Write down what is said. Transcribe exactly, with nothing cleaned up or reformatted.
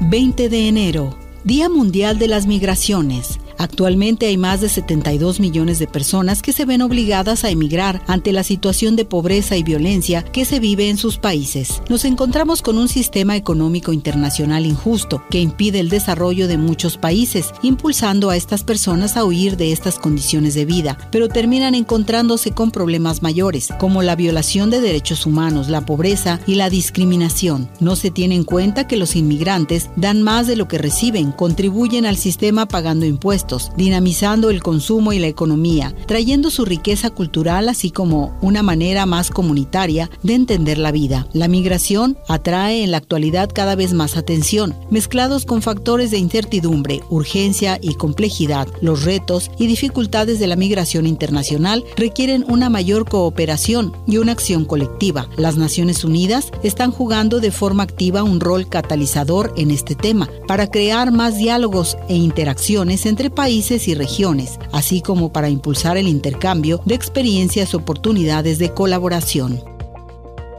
veinte de enero, Día Mundial de las Migraciones. Actualmente hay más de setenta y dos millones de personas que se ven obligadas a emigrar ante la situación de pobreza y violencia que se vive en sus países. Nos encontramos con un sistema económico internacional injusto que impide el desarrollo de muchos países, impulsando a estas personas a huir de estas condiciones de vida, pero terminan encontrándose con problemas mayores, como la violación de derechos humanos, la pobreza y la discriminación. No se tiene en cuenta que los inmigrantes dan más de lo que reciben, contribuyen al sistema pagando impuestos, dinamizando el consumo y la economía, trayendo su riqueza cultural así como una manera más comunitaria de entender la vida. La migración atrae en la actualidad cada vez más atención, mezclados con factores de incertidumbre, urgencia y complejidad. Los retos y dificultades de la migración internacional requieren una mayor cooperación y una acción colectiva. Las Naciones Unidas están jugando de forma activa un rol catalizador en este tema, para crear más diálogos e interacciones entre países y regiones, así como para impulsar el intercambio de experiencias y oportunidades de colaboración.